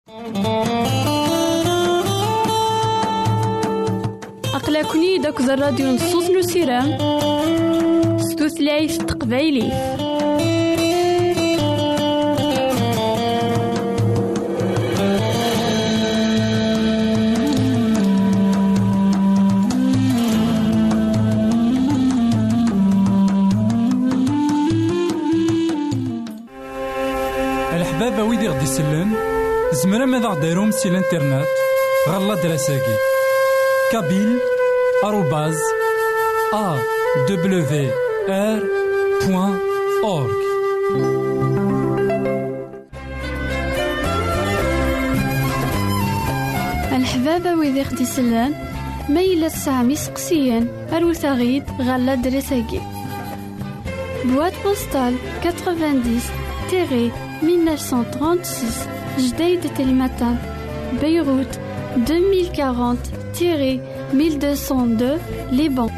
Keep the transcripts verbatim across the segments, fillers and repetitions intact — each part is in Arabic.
أقلكني داك الراديو نصوص نسيران ستوثلايف تقبايلي. الحبابة ويدي غدي يسلن زمرا ماذا غديرهم سي الانترنت غالا دراساكي كابيل آروباز أ دبليو آر بوان أورغ. الحبابة ويدي غدي يسلن ميلا سامي سقسيان أروثاغيد غالا دراساكي بواد بوستال تسعين مية وتسعمية وثلاثة وثلاثين جديد تلمتان بيروت deux mille quarante mille deux cent deux Liban.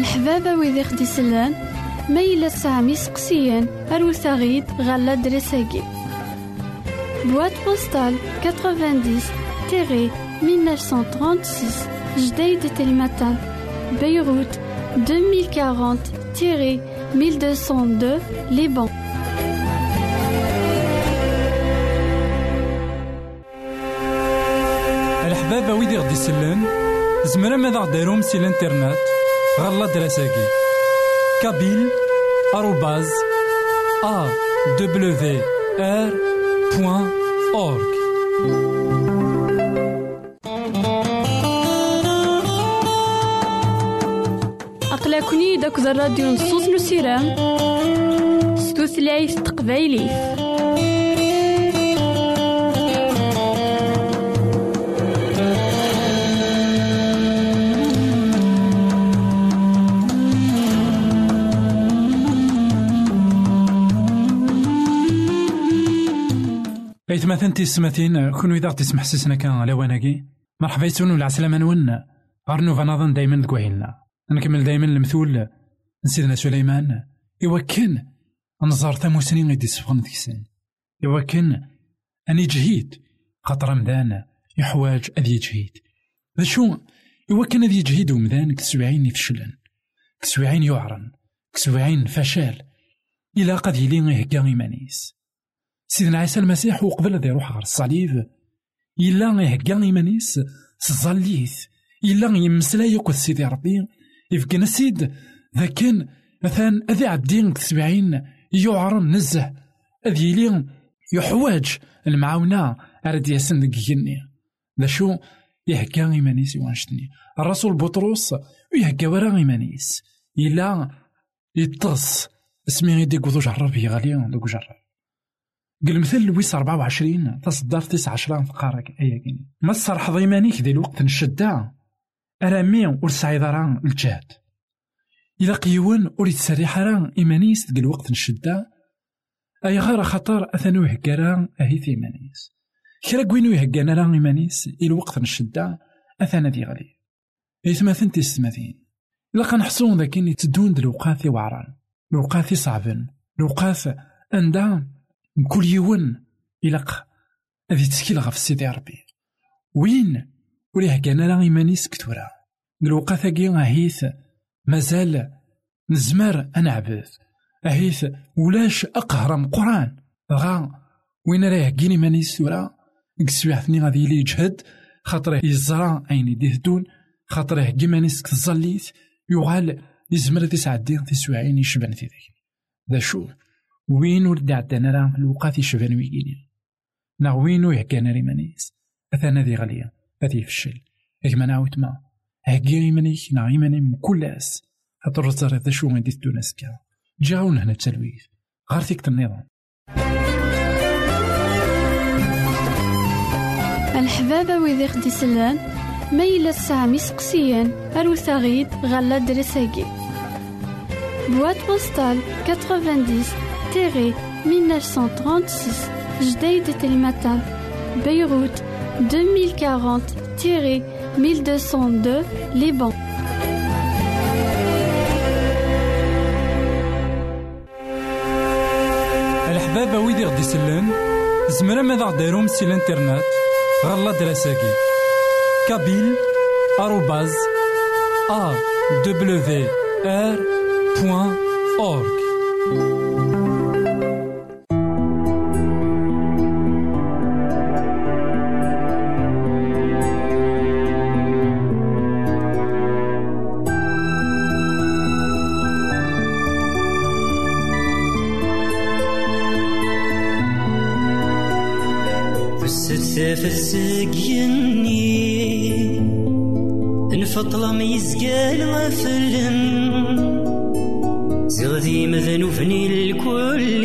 الحبابة ويدي خدي سلان ميلا سامي سقسيان أروثاغيد غالا دريساكي بواد بوستال تسعين مية وتسعمية وستة وثلاثين جديد تلمتان بيروت deux mille quarante mille deux cent deux Liban. الحبابة ويدي غدي سلان زمرا ماذا غديرهم سي الانترنت غالا دراساكي كابيل آروباز أ دبليو آر بوان أورك. أقلكني داك الراديو نصوص نسيرام ستوثلايف تقبايلي. بيت مثلا تسمتين كونو إذا تسمح سسنا كان لواناكي مرحبا يسونو العسلامة نون غارنو فنظن دايما لكوهيلنا نكمل دايما المثول نسيدنا سليمان يوكن نزار ثموسنين غيدي سفغن ذكسن يوكن أني جهيد خاطر مدان يحواج أذي يجهيد ذا شو يوكن أذي يجهيد ومدان كسوعين يفشلن كسوعين يعرن كسوعين فشل إلا قد يلين يهكا إيمانيس سيدنا عيسى المسيح وقبل ذي روح غير الصليب إلا يهكا إيمانيس سزاليث إلا يمسلا يقول سيدي ربي يفقنا سيد ذا كان مثلا أذي عدين كسبعين يعرن نزه أذي لين يحواج المعاونة أرد ياسن دقيقني ذا شو يهكا إيمانيس يوانشتني الرسول بطرس ويهكا ورا إيمانيس إلا يتص اسمي غيدي قوضو جرب يغاليون دو جرب قل مثل لويس أربعة وعشرين تصدر تسعة عشرين فقارك أيا كيني ما تصرح ضيمانيك ذي الوقت نشدها أرامي ورسعي ضران الجهد إلا قيون أريد سريح ران إيمانيس ذي الوقت نشدها أي غير خطر أثنو يهكران أهي في إيمانيس كرا قوينو يهكانا ران إيمانيس إلى وقت نشدها أثنى ذي غلي إيثما ثنتي السماثين إلا كنحصون ذاكين يتدون ذي الوقاثي وعران الوقاثي صعبن الوقاث أندا كل يوم إلق أذي تسكيل غف سيدي ربي وين وليه كان لا إيمانيس كتورا الوقت كي أهيث مازال نزمر أنعبث أهيث ولاش أقهرم قرآن غا وين راه كين إيمانيس ورا كسويعتني غادي يلي يجهد خاطره يزرع عيني ديهدون خاطره كيمانيس كتزليث يغال يزمر تسعدين تسويعين يشبن في ذيك ذا شو وين ولد عدنا راه الوقات يشبان ويقيني نا وينو يهكانا ريمانيس أثانا ذي غالية أذي يفشل إكما نعاود ما هكي ريمانيك نا ريماني من كل أس هاد الرزار ذا شو غندي تونس كا جاونا هنا التلويث غار فيك النظام الحبابة ويدي خدي سلان ميلا سامي سقسيان أروثاغيد غالا دريساكي بواد بوستال تسعين مية وتسعمية وستة وثلاثين جديد تلمتان بيروت deux mille quarante mille deux cent deux Liban. الحبابة ويدي غدي سلان زمرا ماذا غديرهم سي الانترنت غالا دراساكي كابيل آروباز أ دبليو آر بوان أورك. فسقيني الفطلة ميزقال غفلن زغدي مذنوفني الكل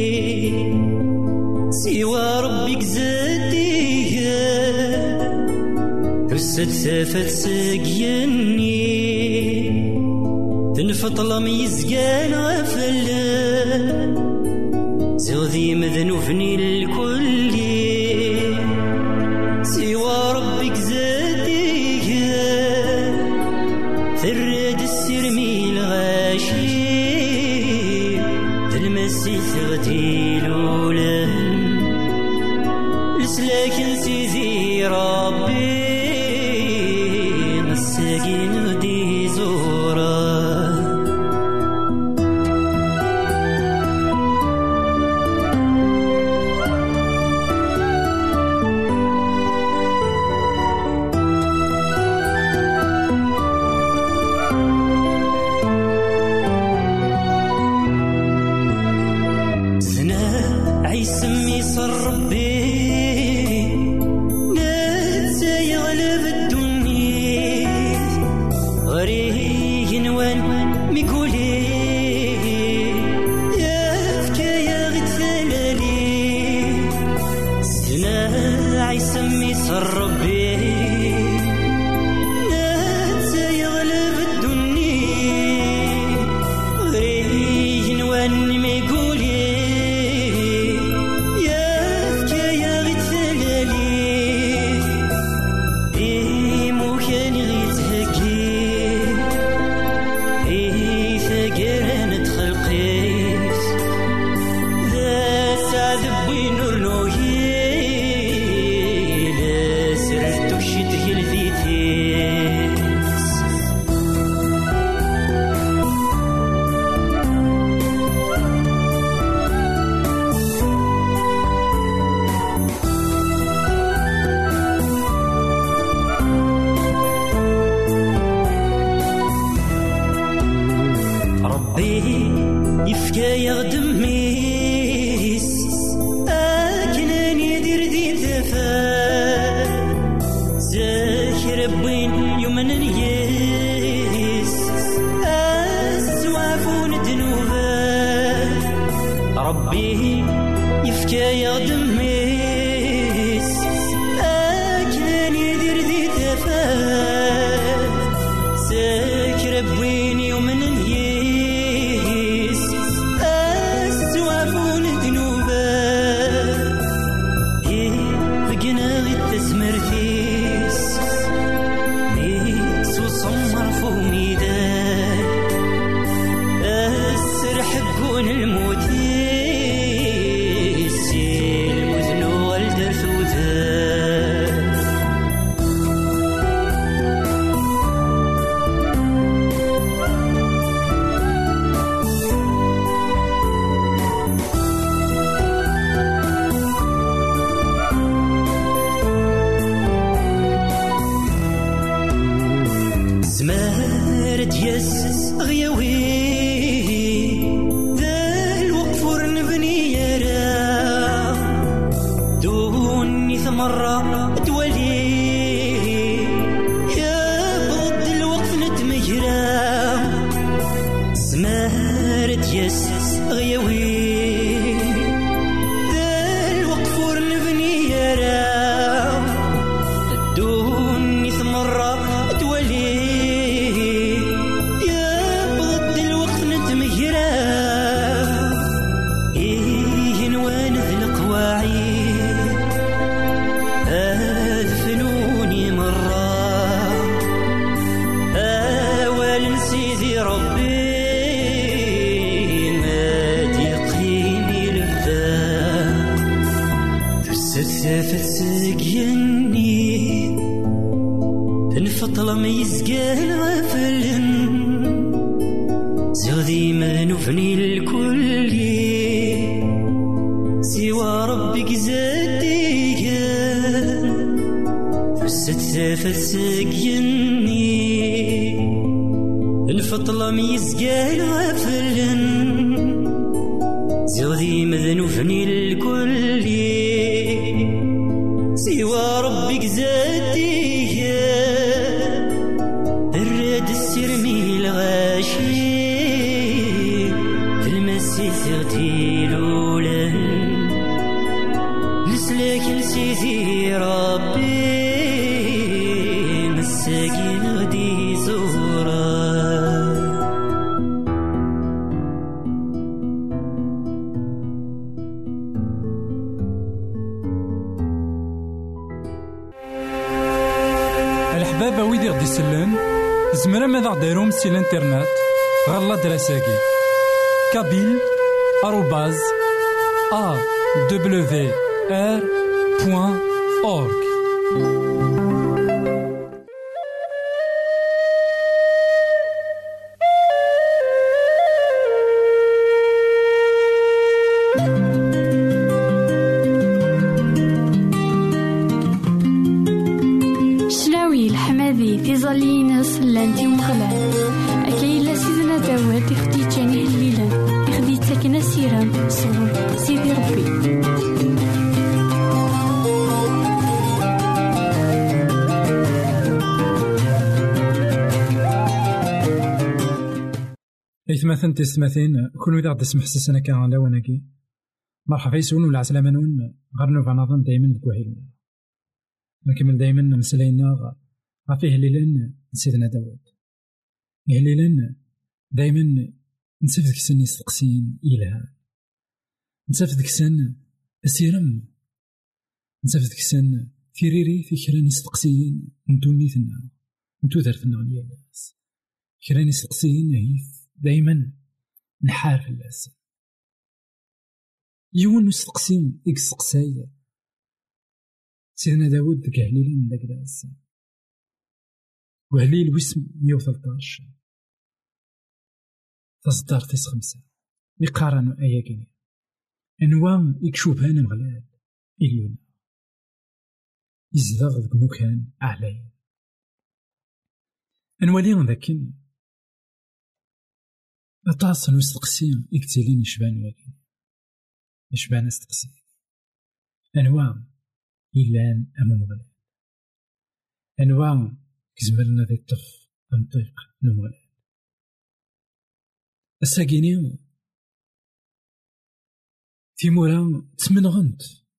سوى ربك زاديه فسد فسقيني الفطلة ميزقال غفلن زغدي مذنوفني الكل سوى ربك زاديه ثرد السرميلة يفكا يغدم ميس أكنان يدير دي ثفا زاكر بوين يومن اليس أسوافون دنوبا ربي يفكا يغدم ميس أكنان يدير دي ثفا زاكر بوين يومن اليس أسوافون دنوبا بقنا غي تزمرتيس ميس وصمر فوميدان السرح بكون الموتيس المذنو والدرثوذان زمارت يس غيوي ذا الوقفور نبني يرا دوني ثمرة تولي يا بضد الوقف نتمجرا زمارت يس غيوي ذا الوقفور نبني يرا دوني ثمرة تولي يا بضد الوقت نتمهرا إيه نوان ذي القواعد أدفنوني مرة أول سيدي ربي ما يقيني لفا فسد سقيني الفطلة ما يزقال غفلن زودي ما نفني الكل سوى ربك زادي فسد فسقيني الفطلة ما يزقال غفلن زودي ما نفني الكل سوى ربك زادي الراد السرمي الغاشي في المسي تغتيلولا لسلاك لسيدي ربي مساكين غدي زورا الحبابة ويدي غدي يسلن زمرا ماذا غديرهم سي الانترنت غالا دراساكي كابيل آروباز أ دبليو آر بوان أورك. شلاوي الحمادي في ظلينس لانتي مغلان أكيلا سيدنا داوود يخدي جاني الليلان يخدي تاكنا سيران صغر سيدي ربي. إثماثن تستماثين كون إذا غدي تسمح سسنا كان على وناكي مرحبا يسون ولا عسلامة نون غير نوفا نظن دايما دكوهيلنا نكمل دايما مسلاينا غافيه هليلان سيدنا داود هليلان دايما نسافد كسن يستقسين إلها نسافد كسن السيرم نسافد كسن في ريري في كران يستقسين نتو نيثنا نتو ذرتنا عليا الناس كران يستقسين هيف دايما نحار في الناس يون نستقسين ديك السقساية سيدنا داود ديك هليل من داك الناس وهليل واسم مية وثلطاش تصدر تيس خمسة يقارنوا أياكين أنواع يكشوفان مغلاد إليونا يزدغ ذك مكان أعلى أنوالي ذاكن أطاس نستقسي إكتلين يشبان وكين يشبان استقسي أنواع إلان أمام غلال أنواع كزمرنا ذي الطف أنطيق نمغلال الساقيني في مورا تمنغنت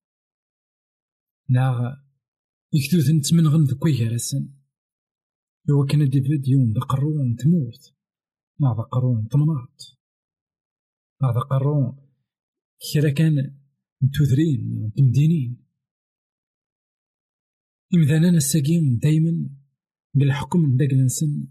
ناغ يكتوثن تمنغنت كوي هرسن يوا كان ديفيد يوم بقرون تموت ما بقرون تمناط ما بقرون كرا كان متوذرين تمدينين إمذاننا الساقين دايما بالحكم من داك الانسان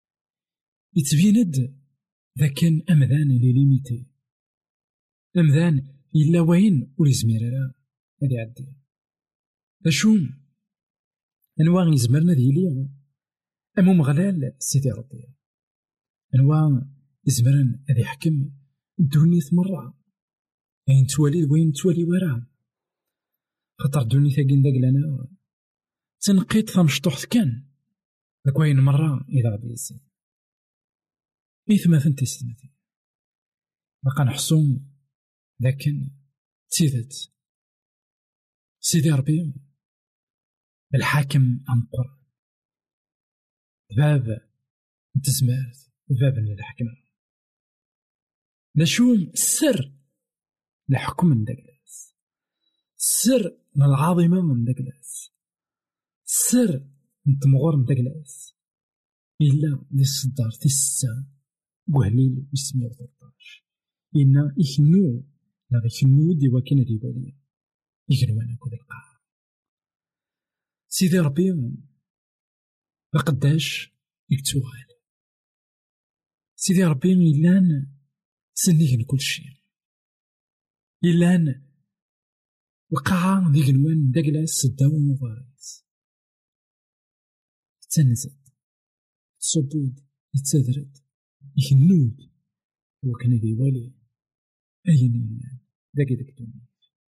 يتبيند ذا كان أمذان لي ليميتي أمذان إلا وين وليزمير لا هادي عدي أشوم أنواع يزمرنا ذي ليه أمو غلال سيدي ربي أنواع يزمرن هذي حكم الدنيا مرة يعني توالي وين توالي ورا خطر دوني ثاقين داك لنا تنقيت فمشطوحت كان لك وين مرة إذا غادي يزين إيثما ثنتي سنتي بقى نحصوم لكن تيدت سيدي ربي الحاكم أنقر باب تزمات باب للحكم نشوم السر الحكم من داكلاس السر العظيمة من داكلاس السر نتمغور من داكلاس إلا للصدار تسا وهليل وسمية وثلاثطاش إنا إخنو لا إخنو دي وكينا دي ولي إخنوانا كود القاع سيدي ربي بقداش يكتوغال سيدي ربي إلان سنيهن كل شيء إلان القاعة ديك الوان داكلاس سداو المباريس تنزد تصبود يتسدرد يخنود وكان ذي ولي أين إلان داكي داك الدنيا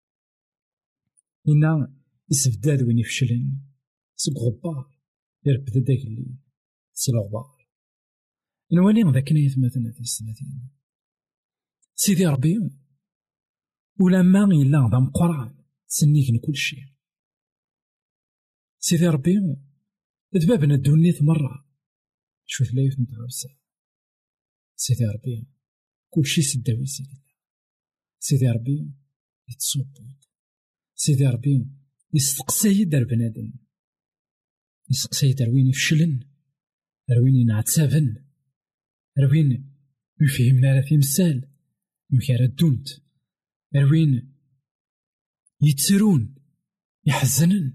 إنا يسفداد وين يفشلن سوق غبار يربد داك الليل سي الغبار نوالي ذاك نايت مثلا في السنتين سيدي ربي ولما إلا ضم قرآن سنيكن كل شيء سيدي ربي دبابنا الدنيا مرة شوف لا يفهم تعرسا سيدي ربي كل شيء سداوي سيدي سيدي ربي يتصوب سيدي ربي يستقسي دار بنادم يستقسي دار وين يفشلن وين ينعتسابن وين يفهمنا على في مسال مكارا دونت وين يتسرون يحزنن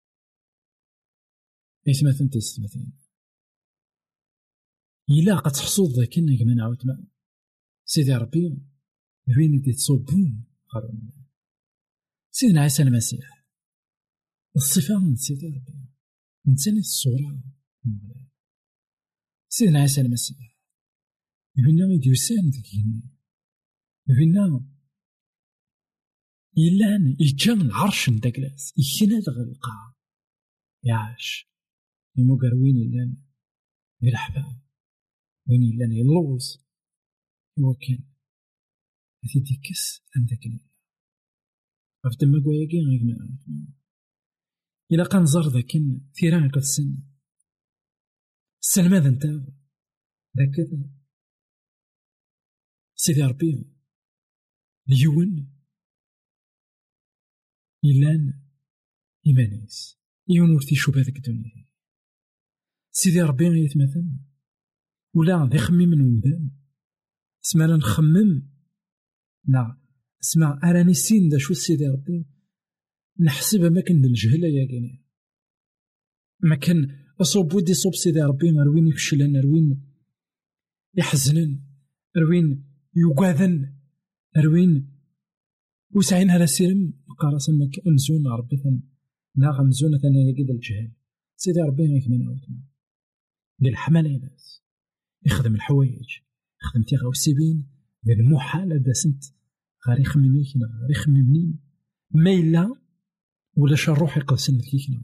إيثما ثنتي ستمثين إلا قد تحصود ذاك كما نعاود ما سيدي ربي وين يتصوبون قالوا سيدنا عيسى المسيح الصفة من سيدي ربي نتسنى الصورة سيدنا عيسى المسيح يبينا يديوسان ذكيني يبينا إلان يجان العرش نداكلاس يكنا الغلقة يعاش يموقر وين إلان يلحبا وين إلان يلوز هو كان هذي ديكس عندك عرفت ما قوياكي غير ما إلا قنزر ذاكن ثيران قد السن السن ماذا انت ذاك سيدي ربي ليون إلان إيمانيس يون ورثي شو بهذاك الدنيا سيدي ربي غيتمثل ولا ذي خمي من ومدان اسمعنا نخمم لا اسمع أراني سين دا شو سيدي ربي نحسب ما كان الجهلة يا كيني ما كان أصوب ودي صوب سيدي ربي روين يفشلن روين يحزنن روين يقاذن روين وسعين على سيرم قارس مك أمزون ربي ثن ناغ أمزون ثنا يجد الجهل سيدي ربي غيك من أوتنا ديال الحمالة ناس يخدم الحوايج يخدم تيغا وسيبين ديال المحال دا سنت غاري خميمي كنا غاري خميمني ما إلا ولا شروح يقلسن كيكنا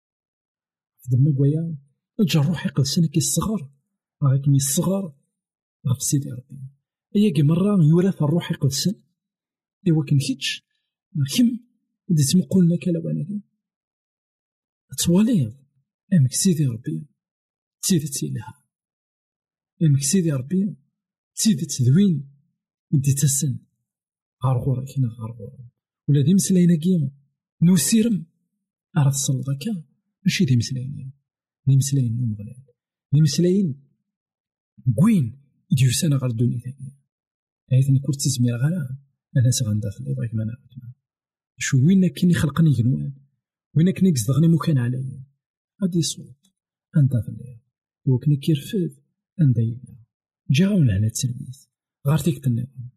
في دم قويا الجروح يقلسن كي الصغر غاكني الصغر غف سيدي ربي. أياكي مرة يورث الروح يقدسن إوا كن كيتش كم إذا تمقولنا كلاواناكي تواليض أمك سيدي ربي تسيدي تسيلها، أمك سيدي ربي تسيدي تدوين إدي تسن غارغورا كينا غارغورا ولا دي مسلاينا كيما نوسيرم أرى تصل ذاكا ماشي دي مسلايين دي مسلايين نمغلال دي مسلايين كوين ديوسانا غير الدنيا ثانية عيثني كنت تزمير غلا أنا سغندا في الإضاءة كما نعود شو وين كيني خلقني جنوان وين كني قصدغني مكان عليا غادي صوت أنت في الليل وكني كيرفد أندايلنا جاونا على التلميذ غارتيك تنام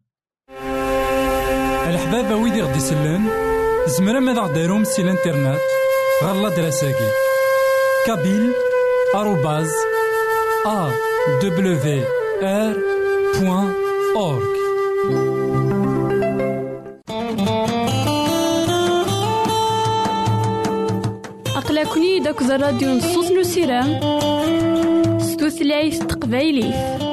الحباب ويدي غدي سلان زمرا ماذا غديرهم سي الانترنت غالا دراساكي كابيل آروباز أ دبليو آر بوان أورك. أقلكني داك الراديو نصوص نسيران ستوثلايف تقبايليف.